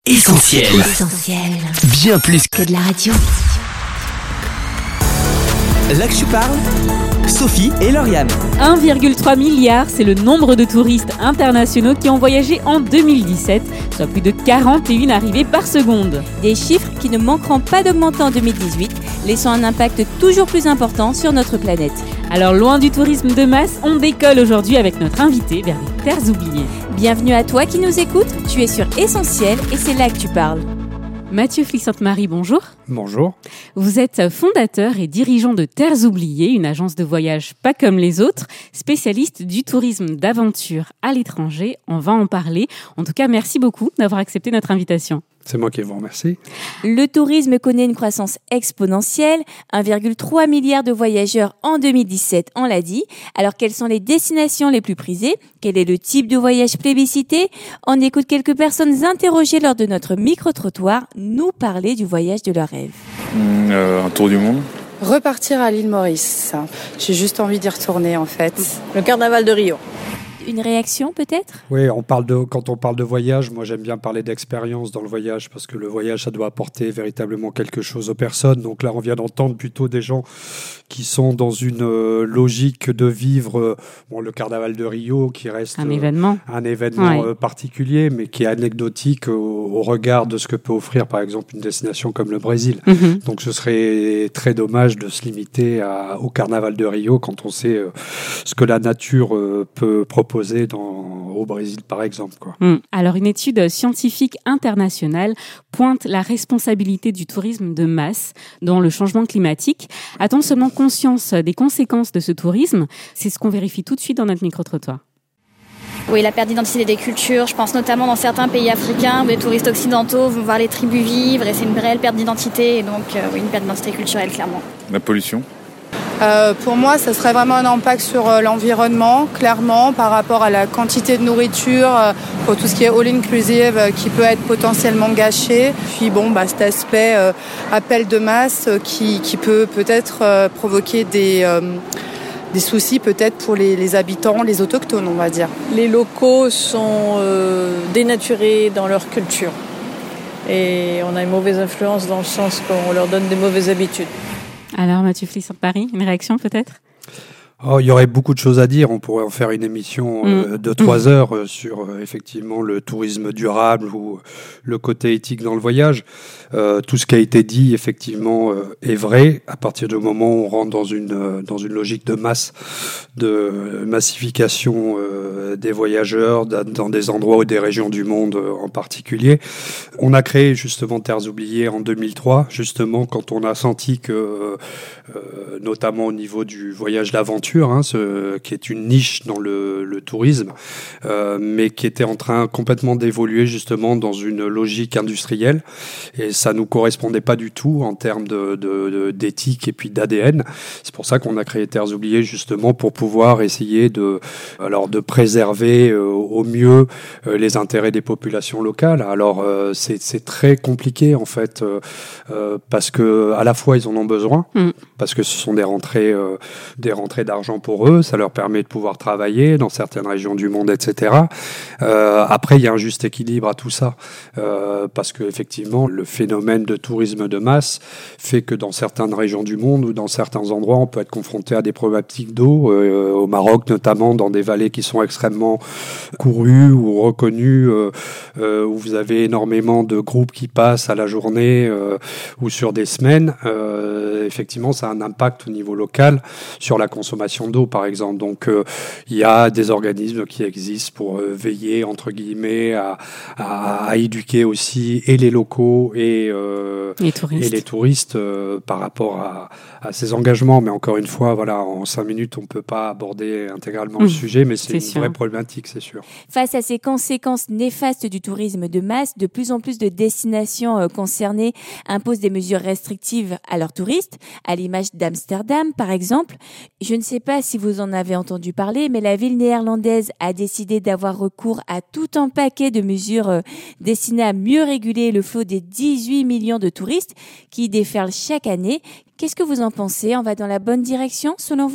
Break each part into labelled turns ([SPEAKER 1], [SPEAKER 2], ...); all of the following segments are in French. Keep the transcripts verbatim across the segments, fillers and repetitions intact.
[SPEAKER 1] Essentiel.
[SPEAKER 2] Essentiel.
[SPEAKER 1] Bien plus
[SPEAKER 2] que de la radio.
[SPEAKER 1] Là que je parle, Sophie et Lauriane.
[SPEAKER 3] un virgule trois milliard, c'est le nombre de touristes internationaux qui ont voyagé en deux mille dix-sept, soit plus de quarante et une arrivées par seconde.
[SPEAKER 4] Des chiffres qui ne manqueront pas d'augmenter en deux mille dix-huit, laissant un impact toujours plus important sur notre planète.
[SPEAKER 3] Alors loin du tourisme de masse, on décolle aujourd'hui avec notre invité vers les terres oubliées.
[SPEAKER 4] Bienvenue à toi qui nous écoutes, tu es sur Essentiel et c'est là que tu parles.
[SPEAKER 3] Mathieu Flic-Sainte-Marie, bonjour.
[SPEAKER 5] Bonjour.
[SPEAKER 3] Vous êtes fondateur et dirigeant de Terres Oubliées, une agence de voyage pas comme les autres, spécialiste du tourisme d'aventure à l'étranger. On va en parler. En tout cas, merci beaucoup d'avoir accepté notre invitation.
[SPEAKER 5] C'est moi qui vous remercie.
[SPEAKER 4] Le tourisme connaît une croissance exponentielle, un virgule trois milliard de voyageurs en deux mille dix-sept, on l'a dit. Alors, quelles sont les destinations les plus prisées ? Quel est le type de voyage plébiscité ? On écoute quelques personnes interrogées lors de notre micro-trottoir nous parler du voyage de leur rêve.
[SPEAKER 6] Mmh, euh, un tour du monde.
[SPEAKER 7] Repartir à l'île Maurice. J'ai juste envie d'y retourner en fait.
[SPEAKER 8] Le carnaval de Rio.
[SPEAKER 4] Une réaction peut-être ?
[SPEAKER 5] Oui, on parle de, quand on parle de voyage, moi j'aime bien parler d'expérience dans le voyage parce que le voyage, ça doit apporter véritablement quelque chose aux personnes. Donc là, on vient d'entendre plutôt des gens qui sont dans une euh, logique de vivre euh, bon, le carnaval de Rio qui reste
[SPEAKER 3] un euh, événement,
[SPEAKER 5] un événement
[SPEAKER 3] ouais.
[SPEAKER 5] euh, particulier, mais qui est anecdotique au, au regard de ce que peut offrir par exemple une destination comme le Brésil.
[SPEAKER 3] Mm-hmm.
[SPEAKER 5] Donc ce serait très dommage de se limiter à, au carnaval de Rio quand on sait euh, ce que la nature euh, peut proposer dans, au Brésil, par exemple, quoi.
[SPEAKER 3] Mmh. Alors, une étude scientifique internationale pointe la responsabilité du tourisme de masse dans le changement climatique. A-t-on seulement conscience des conséquences de ce tourisme ? C'est ce qu'on vérifie tout de suite dans notre micro-trottoir.
[SPEAKER 9] Oui, la perte d'identité des cultures. Je pense notamment dans certains pays africains où les touristes occidentaux vont voir les tribus vivre et c'est une réelle perte d'identité. Et donc, euh, oui, une perte d'identité culturelle, clairement.
[SPEAKER 6] La pollution ?
[SPEAKER 7] Euh, pour moi, ça serait vraiment un impact sur euh, l'environnement, clairement, par rapport à la quantité de nourriture, euh, pour tout ce qui est all-inclusive, euh, qui peut être potentiellement gâché. Puis bon, bah, cet aspect euh, appel de masse euh, qui, qui peut peut-être euh, provoquer des, euh, des soucis peut-être pour les, les habitants, les autochtones, on va dire.
[SPEAKER 8] Les locaux sont euh, dénaturés dans leur culture. Et on a une mauvaise influence dans le sens qu'on leur donne des mauvaises habitudes.
[SPEAKER 3] Alors, Mathieu Flic-Sainte-Marie, une réaction peut-être ?
[SPEAKER 5] Oh, il y aurait beaucoup de choses à dire. On pourrait en faire une émission euh, de trois heures euh, sur euh, effectivement le tourisme durable ou euh, le côté éthique dans le voyage. Euh, tout ce qui a été dit effectivement euh, est vrai. À partir du moment où on rentre dans une euh, dans une logique de masse, de massification euh, des voyageurs dans des endroits ou des régions du monde euh, en particulier. On a créé justement Terres Oubliées en deux mille trois, justement quand on a senti que, euh, notamment au niveau du voyage d'aventure, Hein, ce, qui est une niche dans le, le tourisme, euh, mais qui était en train complètement d'évoluer justement dans une logique industrielle, et ça nous correspondait pas du tout en termes de, de, de, d'éthique et puis d'A D N. C'est pour ça qu'on a créé Terres Oubliées justement pour pouvoir essayer de, alors de préserver euh, au mieux euh, les intérêts des populations locales. Alors euh, c'est, c'est très compliqué en fait euh, euh, parce que à la fois ils en ont besoin, mm. parce que ce sont des rentrées, euh, des rentrées d'argent pour eux, ça leur permet de pouvoir travailler dans certaines régions du monde, et cetera. Euh, après, il y a un juste équilibre à tout ça, euh, parce que effectivement, le phénomène de tourisme de masse fait que dans certaines régions du monde ou dans certains endroits, on peut être confronté à des problématiques d'eau, euh, au Maroc notamment, dans des vallées qui sont extrêmement courues ou reconnues, euh, euh, où vous avez énormément de groupes qui passent à la journée euh, ou sur des semaines. Euh, effectivement, ça a un impact au niveau local sur la consommation d'eau, par exemple. Donc, il euh, y a des organismes qui existent pour euh, veiller, entre guillemets, à, à, à éduquer aussi et les locaux et, euh,
[SPEAKER 3] les touristes,
[SPEAKER 5] et les touristes euh, par rapport à, à ces engagements. Mais encore une fois, voilà, en cinq minutes, on ne peut pas aborder intégralement mmh, le sujet, mais c'est, c'est une sûr. vraie problématique, c'est sûr.
[SPEAKER 4] Face à ces conséquences néfastes du tourisme de masse, de plus en plus de destinations euh, concernées imposent des mesures restrictives à leurs touristes, à l'image d'Amsterdam, par exemple. Je ne sais pas si vous en avez entendu parler, mais la ville néerlandaise a décidé d'avoir recours à tout un paquet de mesures euh, destinées à mieux réguler le flot des dix-huit millions de touristes qui déferlent chaque année. Qu'est-ce que vous en pensez ? On va dans la bonne direction, selon vous ?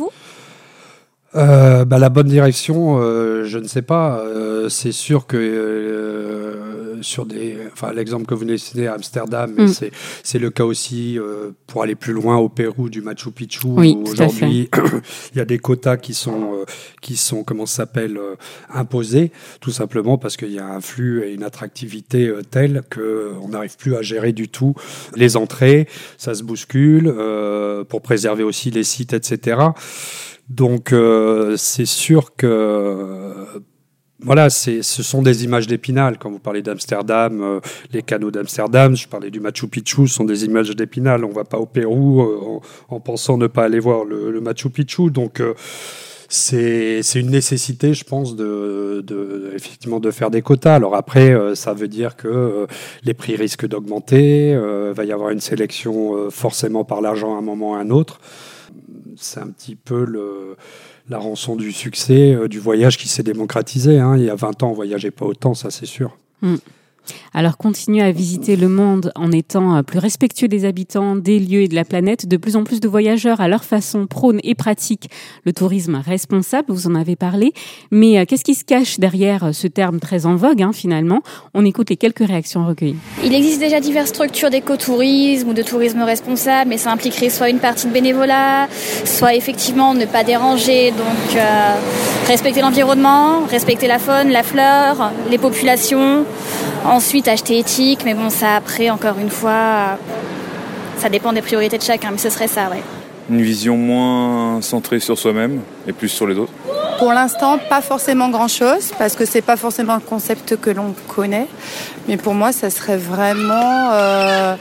[SPEAKER 5] Euh, bah, la bonne direction, euh, je ne sais pas. Euh, c'est sûr que euh, sur des, enfin l'exemple que vous venez de citer à Amsterdam, mais mm. c'est c'est le cas aussi euh, pour aller plus loin au Pérou du Machu Picchu.
[SPEAKER 3] Oui,
[SPEAKER 5] où aujourd'hui il y a des quotas qui sont euh, qui sont comment ça s'appelle euh, imposés, tout simplement parce qu'il y a un flux et une attractivité euh, telle que euh, on n'arrive plus à gérer du tout les entrées, ça se bouscule euh, pour préserver aussi les sites, et cetera. Donc euh, c'est sûr que euh, voilà, c'est, ce sont des images d'Épinal. Quand vous parlez d'Amsterdam, euh, les canaux d'Amsterdam, je parlais du Machu Picchu, ce sont des images d'Épinal. On ne va pas au Pérou euh, en, en pensant ne pas aller voir le, le Machu Picchu. Donc euh, c'est, c'est une nécessité, je pense, de, de, effectivement, de faire des quotas. Alors après, euh, ça veut dire que euh, les prix risquent d'augmenter, il euh, va y avoir une sélection euh, forcément par l'argent à un moment ou à un autre. C'est un petit peu le... la rançon du succès euh, du voyage qui s'est démocratisé. Hein. Il y a vingt ans, on ne voyageait pas autant, ça c'est sûr.
[SPEAKER 3] Mmh. Alors, continuer à visiter le monde en étant plus respectueux des habitants, des lieux et de la planète. De plus en plus de voyageurs, à leur façon, prônent et pratiquent le tourisme responsable. Vous en avez parlé. Mais euh, qu'est-ce qui se cache derrière ce terme très en vogue, hein, finalement ? On écoute les quelques réactions recueillies.
[SPEAKER 9] Il existe déjà diverses structures d'écotourisme ou de tourisme responsable, mais ça impliquerait soit une partie de bénévolat, soit effectivement ne pas déranger. Donc, euh, respecter l'environnement, respecter la faune, la flore, les populations. Ensuite, acheter éthique, mais bon, ça après, encore une fois, ça dépend des priorités de chacun, mais ce serait ça, ouais.
[SPEAKER 6] Une vision moins centrée sur soi-même et plus sur les autres.
[SPEAKER 7] Pour l'instant, pas forcément grand-chose, parce que c'est pas forcément un concept que l'on connaît. Mais pour moi, ça serait vraiment euh,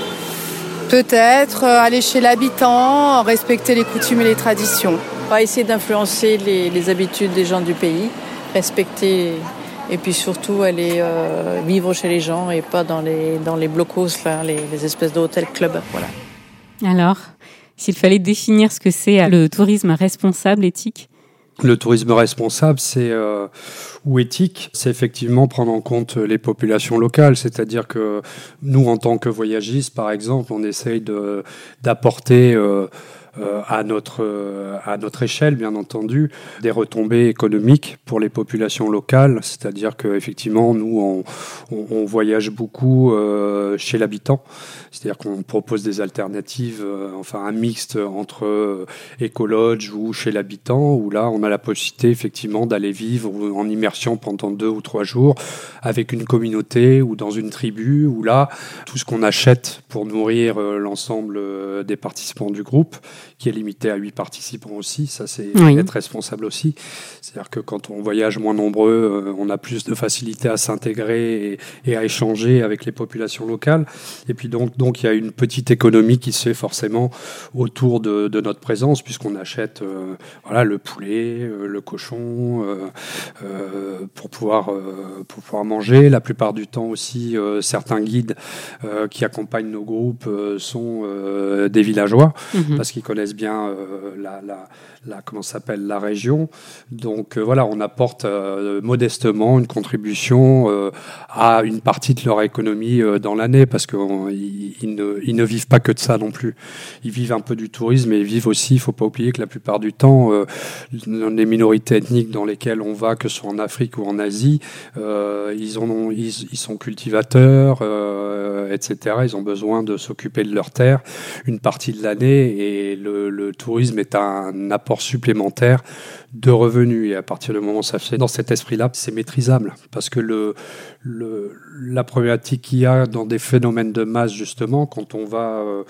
[SPEAKER 7] peut-être aller chez l'habitant, respecter les coutumes et les traditions.
[SPEAKER 8] Pas essayer d'influencer les, les habitudes des gens du pays, respecter... Et puis surtout aller euh, vivre chez les gens et pas dans les, dans les blocos, là, les, les espèces d'hôtels-clubs. Voilà.
[SPEAKER 3] Alors, s'il fallait définir ce que c'est le tourisme responsable, éthique ?
[SPEAKER 5] Le tourisme responsable, c'est euh, ou éthique, c'est effectivement prendre en compte les populations locales. C'est-à-dire que nous, en tant que voyagistes, par exemple, on essaye de, d'apporter... Euh, Euh, à notre euh, à notre échelle, bien entendu, des retombées économiques pour les populations locales. C'est-à-dire que effectivement, nous, on, on, on voyage beaucoup euh, chez l'habitant. C'est-à-dire qu'on propose des alternatives, euh, enfin un mixte entre euh, écolodge ou chez l'habitant, où là, on a la possibilité effectivement d'aller vivre en immersion pendant deux ou trois jours avec une communauté ou dans une tribu, où là, tout ce qu'on achète pour nourrir euh, l'ensemble euh, des participants du groupe, qui est limité à huit participants aussi, ça c'est oui. être responsable aussi. C'est-à-dire que quand on voyage moins nombreux, euh, on a plus de facilité à s'intégrer et, et à échanger avec les populations locales. Et puis donc, donc il y a une petite économie qui se fait forcément autour de, de notre présence, puisqu'on achète euh, voilà, le poulet, euh, le cochon, euh, euh, pour, pouvoir, euh, pour pouvoir manger. La plupart du temps aussi, euh, certains guides euh, qui accompagnent nos groupes euh, sont euh, des villageois, mmh. parce qu'ils connaissent bien euh, la, la, la, comment ça s'appelle, la région. Donc euh, voilà, on apporte euh, modestement une contribution euh, à une partie de leur économie euh, dans l'année, parce qu'ils ils ne, ils ne vivent pas que de ça non plus. Ils vivent un peu du tourisme, mais ils vivent aussi, il ne faut pas oublier que la plupart du temps, euh, les minorités ethniques dans lesquelles on va, que ce soit en Afrique ou en Asie, euh, ils, en ont, ils, ils sont cultivateurs, euh, et cetera. Ils ont besoin de s'occuper de leurs terres une partie de l'année, et le, le tourisme est un apport supplémentaire de revenus. Et à partir du moment où ça fait dans cet esprit-là, c'est maîtrisable. Parce que le, le, la problématique qu'il y a dans des phénomènes de masse, justement, quand on va euh,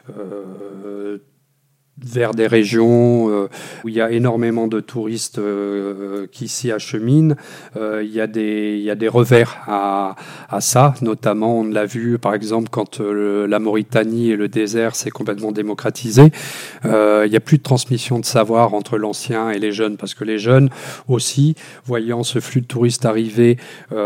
[SPEAKER 5] euh, vers des régions euh, où il y a énormément de touristes euh, qui s'y acheminent, euh, il y a des il y a des revers à à ça. Notamment, on l'a vu par exemple quand euh, la Mauritanie et le désert s'est complètement démocratisé. Euh, il y a plus de transmission de savoir entre l'ancien et les jeunes, parce que les jeunes aussi, voyant ce flux de touristes arriver,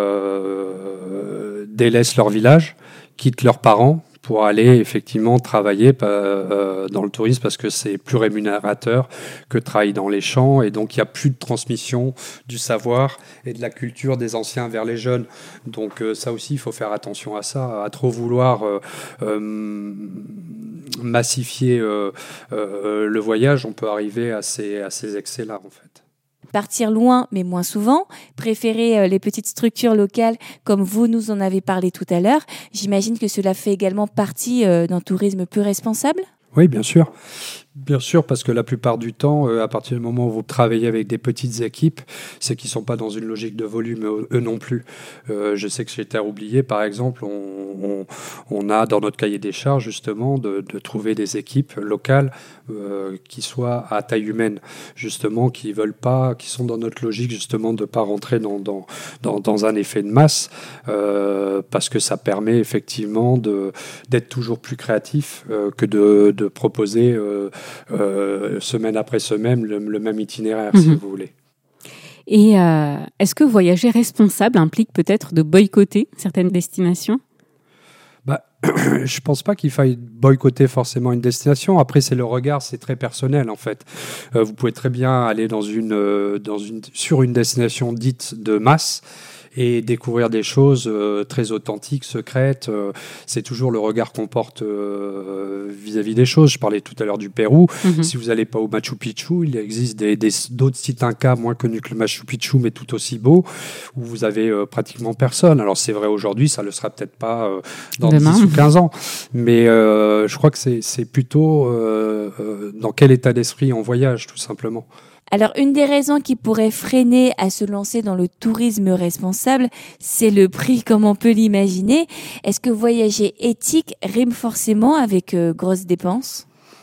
[SPEAKER 5] euh, délaissent leur village, quittent leurs parents pour aller effectivement travailler euh, dans le tourisme, parce que c'est plus rémunérateur que de travailler dans les champs, et donc il n'y a plus de transmission du savoir et de la culture des anciens vers les jeunes. Donc euh, ça aussi, il faut faire attention à ça, à trop vouloir euh, euh, massifier euh, euh, le voyage, on peut arriver à ces, à ces excès-là en fait.
[SPEAKER 4] partir loin mais moins souvent, préférer les petites structures locales comme vous nous en avez parlé tout à l'heure. J'imagine que cela fait également partie d'un tourisme plus responsable ?
[SPEAKER 5] Oui, bien sûr. Bien sûr, parce que la plupart du temps, euh, à partir du moment où vous travaillez avec des petites équipes, c'est qu'ils ne sont pas dans une logique de volume, eux, eux non plus. Euh, je sais que chez Terre Oubliée, par exemple, on, on, on a dans notre cahier des charges, justement, de, de trouver des équipes locales euh, qui soient à taille humaine, justement, qui veulent pas, qui sont dans notre logique, justement, de ne pas rentrer dans, dans, dans, dans un effet de masse, euh, parce que ça permet, effectivement, de, d'être toujours plus créatif euh, que de, de proposer... Euh, Euh, semaine après semaine, le, le même itinéraire, mmh. si vous voulez.
[SPEAKER 3] Et euh, est-ce que voyager responsable implique peut-être de boycotter certaines destinations ?
[SPEAKER 5] Bah, je ne pense pas qu'il faille boycotter forcément une destination. Après, c'est le regard, c'est très personnel en fait. Euh, vous pouvez très bien aller dans une, euh, dans une, sur une destination dite de masse et découvrir des choses euh, très authentiques, secrètes. Euh, c'est toujours le regard qu'on porte euh, vis-à-vis des choses. Je parlais tout à l'heure du Pérou. Mm-hmm. Si vous n'allez pas au Machu Picchu, il existe des, des, d'autres sites incas moins connus que le Machu Picchu, mais tout aussi beaux, où vous avez euh, pratiquement personne. Alors c'est vrai aujourd'hui, ça ne le sera peut-être pas euh, dans Demain. dix ou quinze ans. Mais euh, je crois que c'est, c'est plutôt euh, euh, dans quel état d'esprit on voyage, tout simplement.
[SPEAKER 4] Alors, une des raisons qui pourrait freiner à se lancer dans le tourisme responsable, c'est le prix, comme on peut l'imaginer. Est-ce que voyager éthique rime forcément avec euh, grosses dépenses ?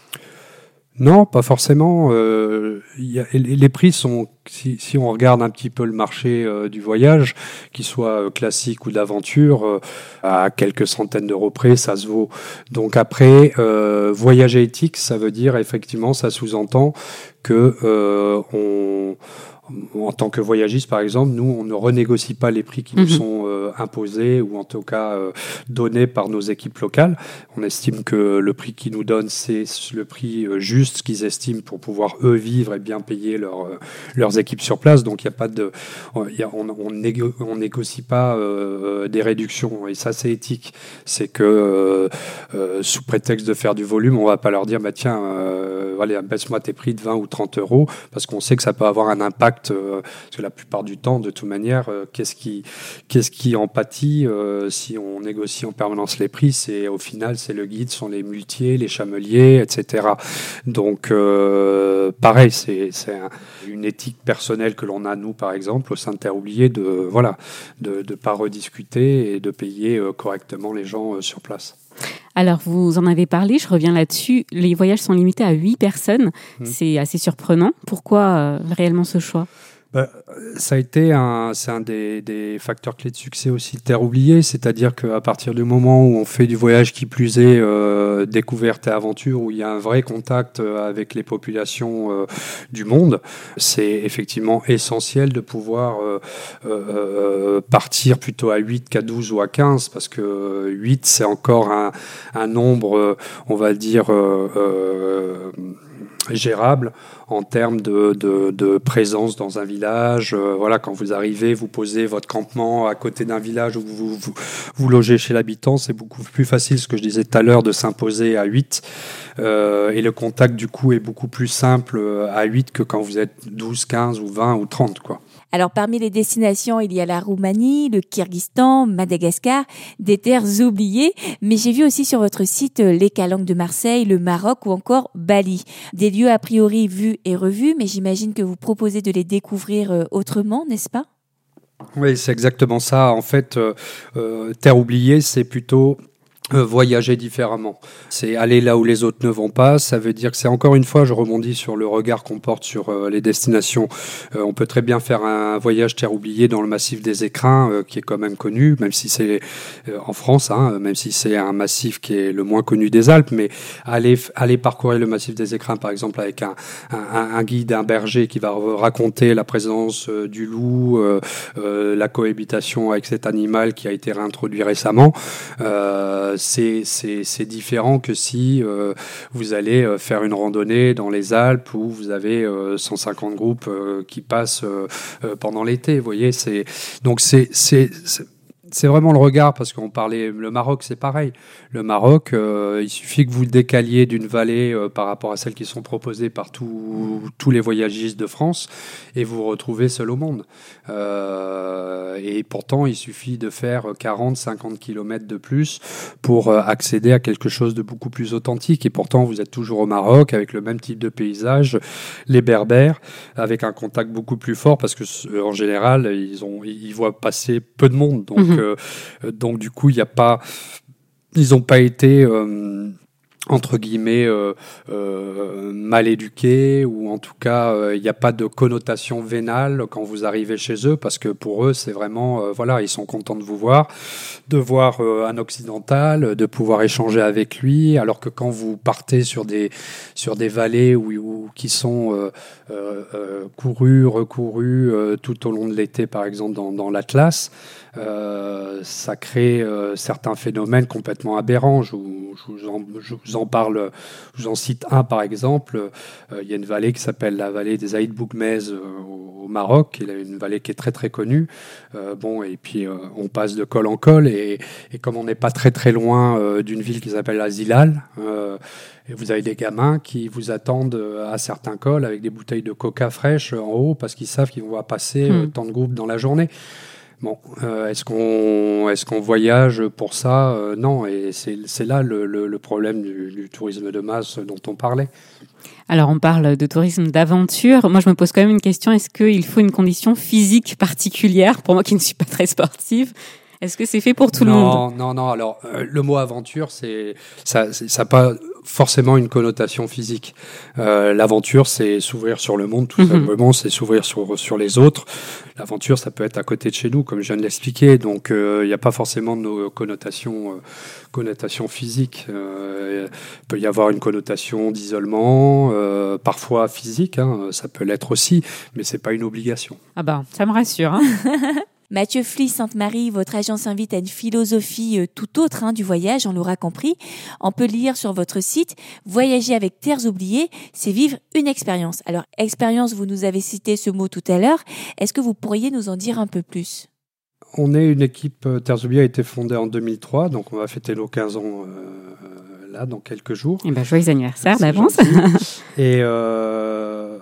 [SPEAKER 5] Non, pas forcément. Euh, y a, les prix sont, si, si on regarde un petit peu le marché euh, du voyage, qu'il soit euh, classique ou d'aventure, euh, à quelques centaines d'euros près, ça se vaut. Donc après, euh, voyager éthique, ça veut dire effectivement, ça sous-entend que euh, on en tant que voyagiste, par exemple, nous, on ne renégocie pas les prix qui mmh. nous sont euh, imposés ou en tout cas euh, donnés par nos équipes locales. On estime que le prix qu'ils nous donnent, c'est le prix euh, juste qu'ils estiment pour pouvoir, eux, vivre et bien payer leur, euh, leurs équipes sur place. Donc, il n'y a pas de... Y a, on on, négo, on négocie pas euh, des réductions. Et ça, c'est éthique. C'est que, euh, euh, sous prétexte de faire du volume, on ne va pas leur dire, bah, tiens, euh, allez, baisse-moi tes prix de vingt ou trente euros, parce qu'on sait que ça peut avoir un impact. Euh, parce que la plupart du temps, de toute manière, euh, qu'est-ce qui, qu'est-ce qui en pâtit euh, si on négocie en permanence les prix ? C'est au final, c'est le guide, sont les muletiers, les chameliers, et cetera. Donc, euh, pareil, c'est, c'est un, une éthique personnelle que l'on a nous, par exemple, au sein de Terre Oubliée, de voilà, de de pas rediscuter et de payer euh, correctement les gens euh, sur place.
[SPEAKER 3] Alors, vous en avez parlé, je reviens là-dessus. Les voyages sont limités à huit personnes. Mmh. C'est assez surprenant. Pourquoi euh, réellement ce choix ?
[SPEAKER 5] Bah, ça a été un, c'est un des, des facteurs clés de succès aussi de Terre Oubliée, c'est-à-dire qu'à partir du moment où on fait du voyage qui plus est euh, découverte et aventure, où il y a un vrai contact avec les populations euh, du monde, c'est effectivement essentiel de pouvoir euh, euh, partir plutôt à huit qu'à douze ou à quinze, parce que huit, c'est encore un, un nombre, on va dire... Euh, euh, gérable en termes de, de, de présence dans un village. Euh, voilà, quand vous arrivez, vous posez votre campement à côté d'un village où vous vous, vous logez chez l'habitant, c'est beaucoup plus facile, ce que je disais tout à l'heure, de s'imposer à huit. Euh, et le contact, du coup, est beaucoup plus simple à huit que quand vous êtes douze, quinze ou vingt ou trente, quoi.
[SPEAKER 4] Alors, parmi les destinations, il y a la Roumanie, le Kyrgyzstan, Madagascar, des terres oubliées. Mais j'ai vu aussi sur votre site les Calanques de Marseille, le Maroc ou encore Bali. Des lieux a priori vus et revus, mais j'imagine que vous proposez de les découvrir autrement, n'est-ce pas ?
[SPEAKER 5] Oui, c'est exactement ça. En fait, euh, euh, Terre oubliée, c'est plutôt... Euh, voyager différemment. C'est aller là où les autres ne vont pas. Ça veut dire que c'est encore une fois, je rebondis sur le regard qu'on porte sur euh, les destinations. Euh, on peut très bien faire un voyage terre oubliée dans le massif des Écrins, euh, qui est quand même connu, même si c'est euh, en France, hein, même si c'est un massif qui est le moins connu des Alpes, mais aller aller parcourir le massif des Écrins, par exemple, avec un, un, un guide, un berger qui va raconter la présence euh, du loup, euh, euh, la cohabitation avec cet animal qui a été réintroduit récemment. Euh, C'est, c'est, c'est différent que si euh, vous allez euh, faire une randonnée dans les Alpes où vous avez euh, cent cinquante groupes euh, qui passent euh, euh, pendant l'été. Vous voyez, c'est donc c'est, c'est, c'est c'est vraiment le regard, parce qu'on parlait, le Maroc, c'est pareil. Le Maroc, euh, il suffit que vous le décaliez d'une vallée euh, par rapport à celles qui sont proposées par tout, tous les voyagistes de France, et vous vous retrouvez seul au monde. Euh, et pourtant, il suffit de faire quarante, cinquante kilomètres de plus pour euh, accéder à quelque chose de beaucoup plus authentique. Et pourtant, vous êtes toujours au Maroc, avec le même type de paysage, les Berbères, avec un contact beaucoup plus fort, parce que euh, en général, ils ont, ils voient passer peu de monde. Donc, mmh. euh, donc du coup, il n'y a pas, ils n'ont pas été euh, entre guillemets euh, euh, mal éduqués, ou en tout cas il euh, n'y a pas de connotation vénale quand vous arrivez chez eux, parce que pour eux c'est vraiment euh, voilà, ils sont contents de vous voir, de voir euh, un occidental, de pouvoir échanger avec lui, alors que quand vous partez sur des sur des vallées où, où qui sont euh, euh, euh, courues, recourues euh, tout au long de l'été, par exemple dans, dans l'Atlas, euh, ça crée euh, certains phénomènes complètement aberrants. Je vous, je vous en, je vous en parle, je vous en cite un par exemple. Euh, il y a une vallée qui s'appelle la vallée des Aïd Bougmez euh, au Maroc. Il y a une vallée qui est très très connue. Euh, bon, et puis euh, on passe de col en col, et, et comme on n'est pas très très loin euh, d'une ville qui s'appelle la Zilal, euh, et vous avez des gamins qui vous attendent à certains cols avec des bouteilles de coca fraîches en haut, parce qu'ils savent qu'ils vont passer euh, tant de groupes dans la journée. Bon, euh, est-ce qu'on est-ce qu'on voyage pour ça ? euh, Non, et c'est c'est là le, le, le problème du, du tourisme de masse dont on parlait.
[SPEAKER 3] Alors, on parle de tourisme d'aventure. Moi, je me pose quand même une question. Est-ce qu'il faut une condition physique particulière, pour moi qui ne suis pas très sportive ? Est-ce que c'est fait pour tout
[SPEAKER 5] non,
[SPEAKER 3] le monde ?
[SPEAKER 5] Non, non, Alors, euh, le mot aventure, c'est ça, c'est, ça n'a pas forcément une connotation physique. Euh, l'aventure, c'est s'ouvrir sur le monde, tout mm-hmm. simplement. C'est s'ouvrir sur sur les autres. L'aventure, ça peut être à côté de chez nous, comme je viens de l'expliquer. Donc, il euh, n'y a pas forcément de connotation, euh, connotation physique. Euh, il peut y avoir une connotation d'isolement, euh, parfois physique. Hein, ça peut l'être aussi, mais c'est pas une obligation.
[SPEAKER 3] Ah ben, ça me rassure. Hein.
[SPEAKER 4] Mathieu Fly Sainte-Marie, votre agence invite à une philosophie euh, tout autre hein, du voyage, on l'aura compris. On peut lire sur votre site « Voyager avec Terres oubliées, c'est vivre une expérience ». Alors, expérience, vous nous avez cité ce mot tout à l'heure. Est-ce que vous pourriez nous en dire un peu plus ?
[SPEAKER 5] On est une équipe, euh, Terres oubliées a été fondée en deux mille trois, donc on va fêter nos quinze ans euh, là, dans quelques jours.
[SPEAKER 3] Eh ben, joyeux anniversaire d'avance.
[SPEAKER 5] Et... Euh,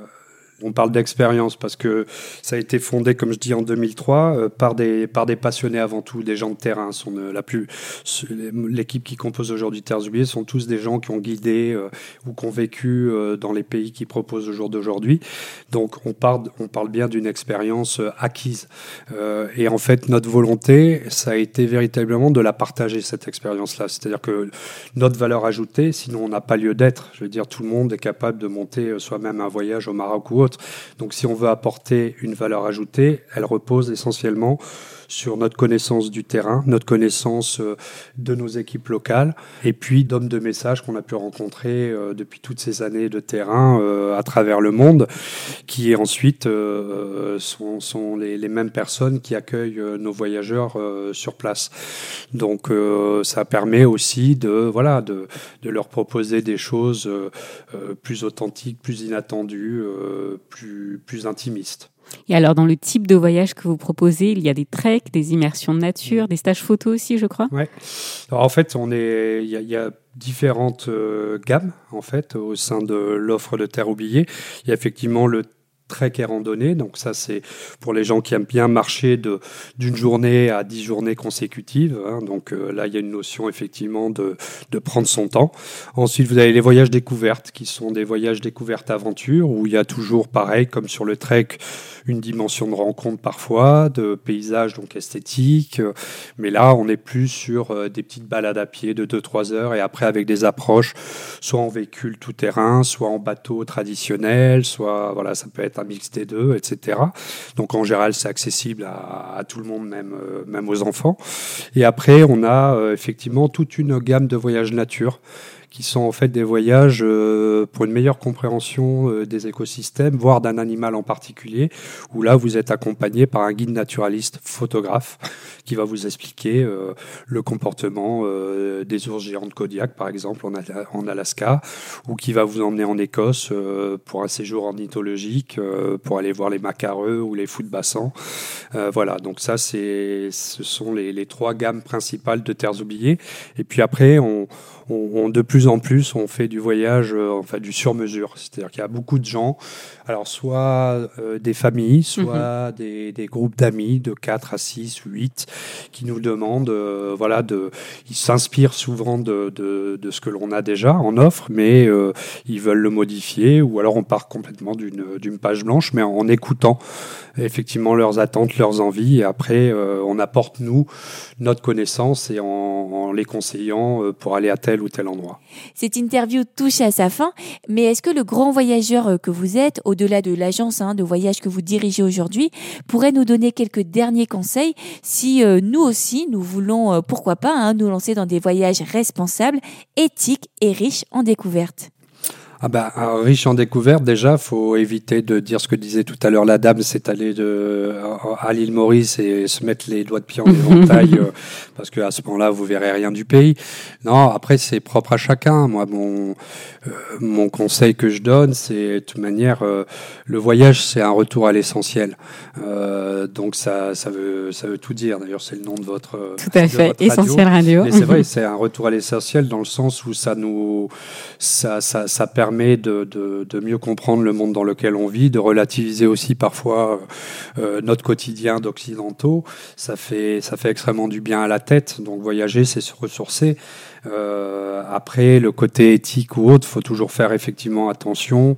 [SPEAKER 5] On parle d'expérience parce que ça a été fondé, comme je dis, en deux mille trois euh, par des par des passionnés avant tout, des gens de terrain. Sont euh, la plus l'équipe qui compose aujourd'hui Terres oubliées sont tous des gens qui ont guidé euh, ou qui ont vécu euh, dans les pays qui proposent au jour d'aujourd'hui. Donc on parle on parle bien d'une expérience euh, acquise. Euh, et en fait, notre volonté, ça a été véritablement de la partager, cette expérience-là. C'est-à-dire que notre valeur ajoutée, sinon on n'a pas lieu d'être. Je veux dire, tout le monde est capable de monter euh, soi-même un voyage au Maroc ou autre. Donc si on veut apporter une valeur ajoutée, elle repose essentiellement sur notre connaissance du terrain, notre connaissance euh, de nos équipes locales, et puis d'hommes de message qu'on a pu rencontrer euh, depuis toutes ces années de terrain euh, à travers le monde, qui ensuite euh, sont, sont les, les mêmes personnes qui accueillent euh, nos voyageurs euh, sur place. Donc euh, ça permet aussi de, voilà, de, de leur proposer des choses euh, euh, plus authentiques, plus inattendues, euh, plus, plus intimistes.
[SPEAKER 3] Et alors, dans le type de voyage que vous proposez, il y a des treks, des immersions de nature, des stages photos aussi, je crois.
[SPEAKER 5] Ouais. Alors, en fait, on est, il y a, il y a différentes euh, gammes en fait au sein de l'offre de Terres oubliées. Il y a effectivement le trek et randonnée, donc ça c'est pour les gens qui aiment bien marcher de d'une journée à dix journées consécutives, hein. Donc euh, là il y a une notion effectivement de de prendre son temps. Ensuite vous avez les voyages découvertes qui sont des voyages découvertes aventure où il y a toujours pareil comme sur le trek une dimension de rencontre parfois, de paysage donc esthétique, mais là on est plus sur euh, des petites balades à pied de deux trois heures et après avec des approches soit en véhicule tout terrain, soit en bateau traditionnel, soit voilà ça peut être un mix des deux, et cetera. Donc en général, c'est accessible à, à tout le monde, même, euh, même aux enfants. Et après, on a euh, effectivement toute une gamme de voyages nature qui sont en fait des voyages euh, pour une meilleure compréhension euh, des écosystèmes, voire d'un animal en particulier, où là vous êtes accompagné par un guide naturaliste photographe qui va vous expliquer euh, le comportement euh, des ours géants de Kodiak, par exemple, en, Ala- en Alaska, ou qui va vous emmener en Écosse euh, pour un séjour ornithologique, euh, pour aller voir les macareux ou les fous de bassan. Euh, voilà, donc ça, c'est, ce sont les, les trois gammes principales de Terres oubliées. Et puis après, on, on, on de plus en plus, on fait du voyage, euh, enfin du sur-mesure. C'est-à-dire qu'il y a beaucoup de gens, alors soit euh, des familles, soit mmh. des, des groupes d'amis de quatre à six ou huit qui nous demandent, euh, voilà, de, ils s'inspirent souvent de, de, de ce que l'on a déjà en offre, mais euh, ils veulent le modifier, ou alors on part complètement d'une, d'une page blanche, mais en, en écoutant effectivement leurs attentes, leurs envies, et après euh, on apporte nous notre connaissance et en, en les conseillant euh, pour aller à tel ou tel endroit.
[SPEAKER 4] Cette interview touche à sa fin, mais est-ce que le grand voyageur que vous êtes, au-delà de l'agence hein, de voyage que vous dirigez aujourd'hui, pourrait nous donner quelques derniers conseils si euh, nous aussi nous voulons, euh, pourquoi pas, hein, nous lancer dans des voyages responsables, éthiques et riches en découvertes?
[SPEAKER 5] Ah bah, riche en découvertes, déjà, faut éviter de dire ce que disait tout à l'heure la dame, c'est aller de, à l'île Maurice et se mettre les doigts de pied en éventail, euh, parce que à ce moment-là, vous verrez rien du pays. Non, après, c'est propre à chacun. Moi, mon, euh, mon conseil que je donne, c'est, de toute manière, euh, le voyage, c'est un retour à l'essentiel. Euh, donc, ça, ça veut, ça veut tout dire. D'ailleurs, c'est le nom de votre,
[SPEAKER 3] tout à fait, Essentiel Radio.
[SPEAKER 5] Mais c'est vrai, c'est un retour à l'essentiel dans le sens où ça nous, ça, ça, ça permet permet de, de, de mieux comprendre le monde dans lequel on vit, de relativiser aussi parfois euh, notre quotidien d'occidentaux. Ça fait, ça fait extrêmement du bien à la tête. Donc voyager, c'est se ressourcer. Euh, après, le côté éthique ou autre, il faut toujours faire effectivement attention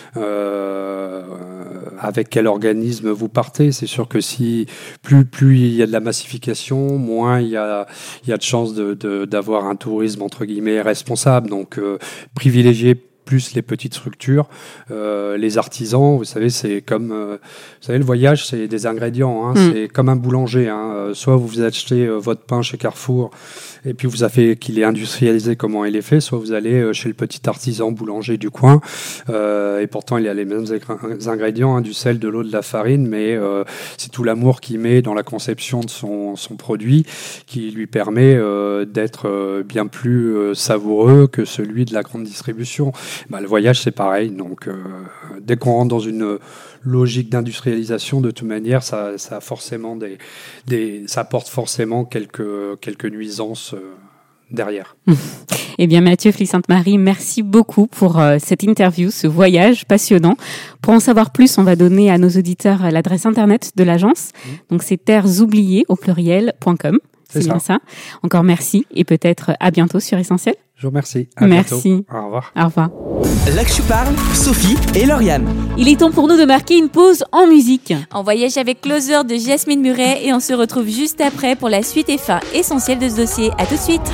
[SPEAKER 5] euh, avec quel organisme vous partez. C'est sûr que si plus, plus il y a de la massification, moins il y a, il y a de chances de, de, d'avoir un tourisme entre guillemets responsable. Donc euh, privilégier plus les petites structures, euh, les artisans, vous savez, c'est comme, euh, vous savez, le voyage, c'est des ingrédients, hein, mm. c'est comme un boulanger, hein, euh, soit vous achetez euh, votre pain chez Carrefour, et puis vous avez fait qu'il est industrialisé comment il est fait, soit vous allez euh, chez le petit artisan boulanger du coin, euh, et pourtant il y a les mêmes ingrédients, hein, du sel, de l'eau, de la farine, mais euh, c'est tout l'amour qu'il met dans la conception de son, son produit qui lui permet euh, d'être euh, bien plus euh, savoureux que celui de la grande distribution. Bah, le voyage, c'est pareil. Donc, euh, dès qu'on rentre dans une logique d'industrialisation, de toute manière, ça, ça a forcément des, des, ça apporte forcément quelques, quelques nuisances euh, derrière.
[SPEAKER 3] Eh bien, Mathieu Fly-Sainte-Marie, merci beaucoup pour euh, cette interview, ce voyage passionnant. Pour en savoir plus, on va donner à nos auditeurs l'adresse internet de l'agence. Mmh. Donc, c'est terresoubliées au pluriel point com. C'est, c'est bien ça. Encore merci et peut-être à bientôt sur Essentiel.
[SPEAKER 5] Je vous remercie. À
[SPEAKER 3] Merci.
[SPEAKER 5] Bientôt. Au revoir.
[SPEAKER 3] Au revoir.
[SPEAKER 1] Là que je parle, Sophie et Lauriane.
[SPEAKER 3] Il est temps pour nous de marquer une pause en musique.
[SPEAKER 4] On voyage avec Closer de Jasmine Muret et on se retrouve juste après pour la suite et fin essentielle de ce dossier. À tout de suite.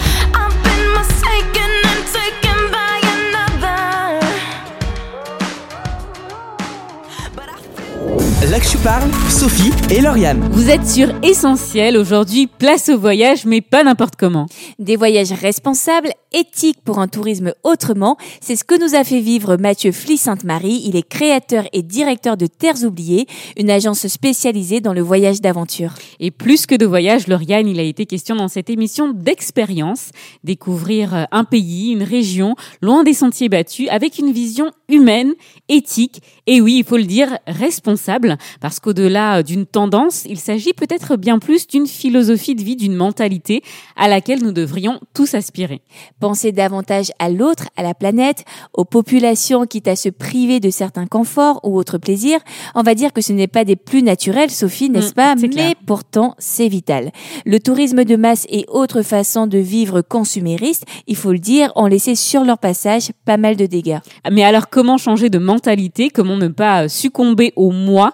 [SPEAKER 1] Là que je parle, Sophie et Lauriane.
[SPEAKER 3] Vous êtes sur Essentiel. Aujourd'hui, place au voyage, mais pas n'importe comment.
[SPEAKER 4] Des voyages responsables, éthiques pour un tourisme autrement. C'est ce que nous a fait vivre Mathieu Fly-Sainte-Marie. Il est créateur et directeur de Terres oubliées, une agence spécialisée dans le voyage d'aventure.
[SPEAKER 3] Et plus que de voyage, Lauriane, il a été question dans cette émission d'expérience. Découvrir un pays, une région, loin des sentiers battus, avec une vision humaine, éthique et oui, il faut le dire, responsable. Parce qu'au-delà d'une tendance, il s'agit peut-être bien plus d'une philosophie de vie, d'une mentalité à laquelle nous devrions tous aspirer.
[SPEAKER 4] Penser davantage à l'autre, à la planète, aux populations, quitte à se priver de certains conforts ou autres plaisirs. On va dire que ce n'est pas des plus naturels, Sophie, n'est-ce mmh, pas? Mais clair. Pourtant, c'est vital. Le tourisme de masse et autres façons de vivre consuméristes, il faut le dire, ont laissé sur leur passage pas mal de dégâts.
[SPEAKER 3] Mais alors, comment changer de mentalité? Comment ne pas succomber au moi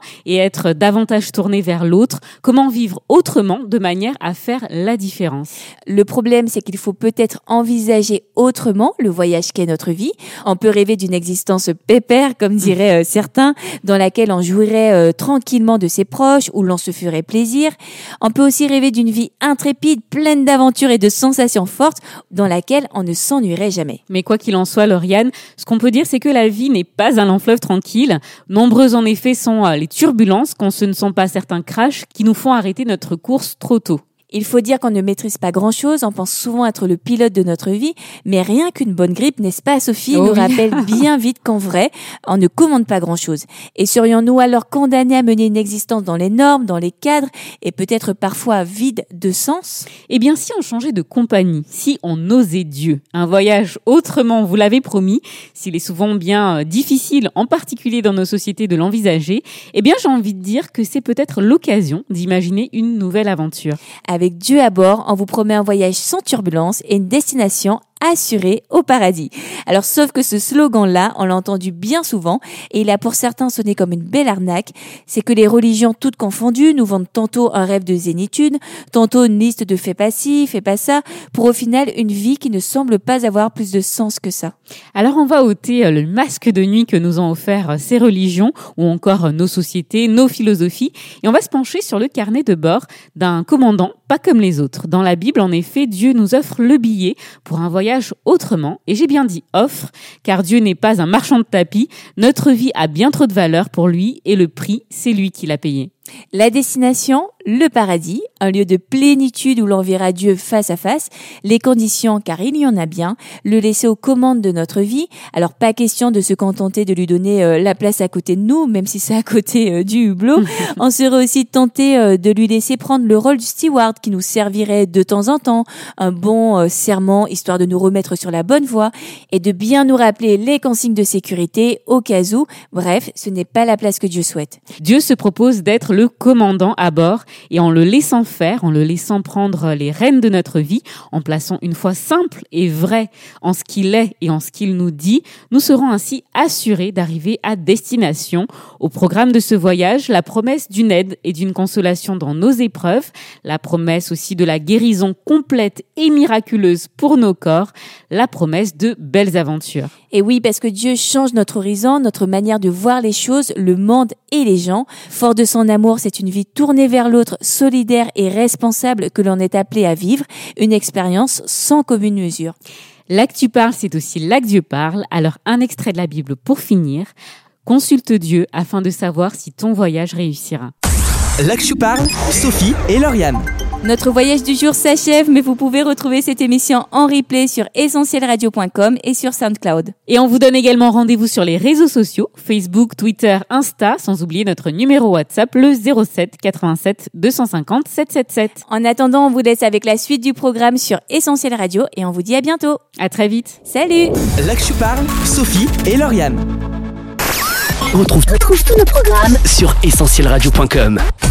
[SPEAKER 3] et être davantage tourné vers l'autre? Comment vivre autrement de manière à faire la différence?
[SPEAKER 4] Le problème, c'est qu'il faut peut-être envisager autrement le voyage qu'est notre vie. On peut rêver d'une existence pépère, comme diraient euh, certains, dans laquelle on jouirait euh, tranquillement de ses proches, où l'on se ferait plaisir. On peut aussi rêver d'une vie intrépide, pleine d'aventures et de sensations fortes, dans laquelle on ne s'ennuierait jamais.
[SPEAKER 3] Mais quoi qu'il en soit, Lauriane, ce qu'on peut dire, c'est que la vie n'est pas un long fleuve tranquille. Nombreuses, en effet, sont euh, les turbulences, quand ce ne sont pas certains crashs qui nous font arrêter notre course trop tôt.
[SPEAKER 4] Il faut dire qu'on ne maîtrise pas grand-chose, on pense souvent être le pilote de notre vie, mais rien qu'une bonne grippe, n'est-ce pas Sophie,
[SPEAKER 3] oh
[SPEAKER 4] nous
[SPEAKER 3] oui.
[SPEAKER 4] rappelle bien vite qu'en vrai, on ne commande pas grand-chose. Et serions-nous alors condamnés à mener une existence dans les normes, dans les cadres, et peut-être parfois vide de sens?
[SPEAKER 3] Eh bien, si on changeait de compagnie, si on osait Dieu, un voyage autrement, vous l'avez promis, s'il est souvent bien euh, difficile, en particulier dans nos sociétés, de l'envisager, eh bien, j'ai envie de dire que c'est peut-être l'occasion d'imaginer une nouvelle aventure.
[SPEAKER 4] Avec Dieu à bord, on vous promet un voyage sans turbulence et une destination assurée au paradis. Alors, sauf que ce slogan-là, on l'a entendu bien souvent et il a pour certains sonné comme une belle arnaque. C'est que les religions toutes confondues nous vendent tantôt un rêve de zénitude, tantôt une liste de fais pas ci, fais pas ça, pour au final une vie qui ne semble pas avoir plus de sens que ça.
[SPEAKER 3] Alors, on va ôter le masque de nuit que nous ont offert ces religions ou encore nos sociétés, nos philosophies, et on va se pencher sur le carnet de bord d'un commandant pas comme les autres. Dans la Bible, en effet, Dieu nous offre le billet pour un voyage autrement, et j'ai bien dit offre, car Dieu n'est pas un marchand de tapis, notre vie a bien trop de valeur pour lui, et le prix, c'est lui qui l'a payé.
[SPEAKER 4] La destination, le paradis, un lieu de plénitude où l'on verra Dieu face à face. Les conditions, car il y en a bien, le laisser aux commandes de notre vie. Alors pas question de se contenter de lui donner euh, la place à côté de nous, même si c'est à côté euh, du hublot. On serait aussi tenté euh, de lui laisser prendre le rôle du steward qui nous servirait de temps en temps, un bon euh, serment histoire de nous remettre sur la bonne voie et de bien nous rappeler les consignes de sécurité au cas où. Bref, ce n'est pas la place que Dieu souhaite.
[SPEAKER 3] Dieu se propose d'être le commandant à bord et en le laissant faire, en le laissant prendre les rênes de notre vie, en plaçant une foi simple et vraie en ce qu'il est et en ce qu'il nous dit, nous serons ainsi assurés d'arriver à destination. Au programme de ce voyage, la promesse d'une aide et d'une consolation dans nos épreuves, la promesse aussi de la guérison complète et miraculeuse pour nos corps, la promesse de belles aventures.
[SPEAKER 4] Et oui, parce que Dieu change notre horizon, notre manière de voir les choses, le monde et les gens. Fort de son amour, c'est une vie tournée vers l'autre, solidaire et responsable que l'on est appelé à vivre, une expérience sans commune mesure.
[SPEAKER 3] Là que tu parles, c'est aussi là que Dieu parle. Alors un extrait de la Bible pour finir. Consulte Dieu afin de savoir si ton voyage réussira.
[SPEAKER 1] Là que tu parles, Sophie et Lauriane.
[SPEAKER 4] Notre voyage du jour s'achève, mais vous pouvez retrouver cette émission en replay sur essentiel radio point com et sur SoundCloud.
[SPEAKER 3] Et on vous donne également rendez-vous sur les réseaux sociaux, Facebook, Twitter, Insta, sans oublier notre numéro WhatsApp, le zéro sept quatre-vingt-sept deux cent cinquante sept cent soixante-dix-sept.
[SPEAKER 4] En attendant, on vous laisse avec la suite du programme sur Essentiel Radio et on vous dit à bientôt.
[SPEAKER 3] À très vite.
[SPEAKER 4] Salut!
[SPEAKER 1] Là que tu parles, Sophie et Lauriane.
[SPEAKER 2] Retrouve, retrouve tous nos programmes sur essentiel radio point com.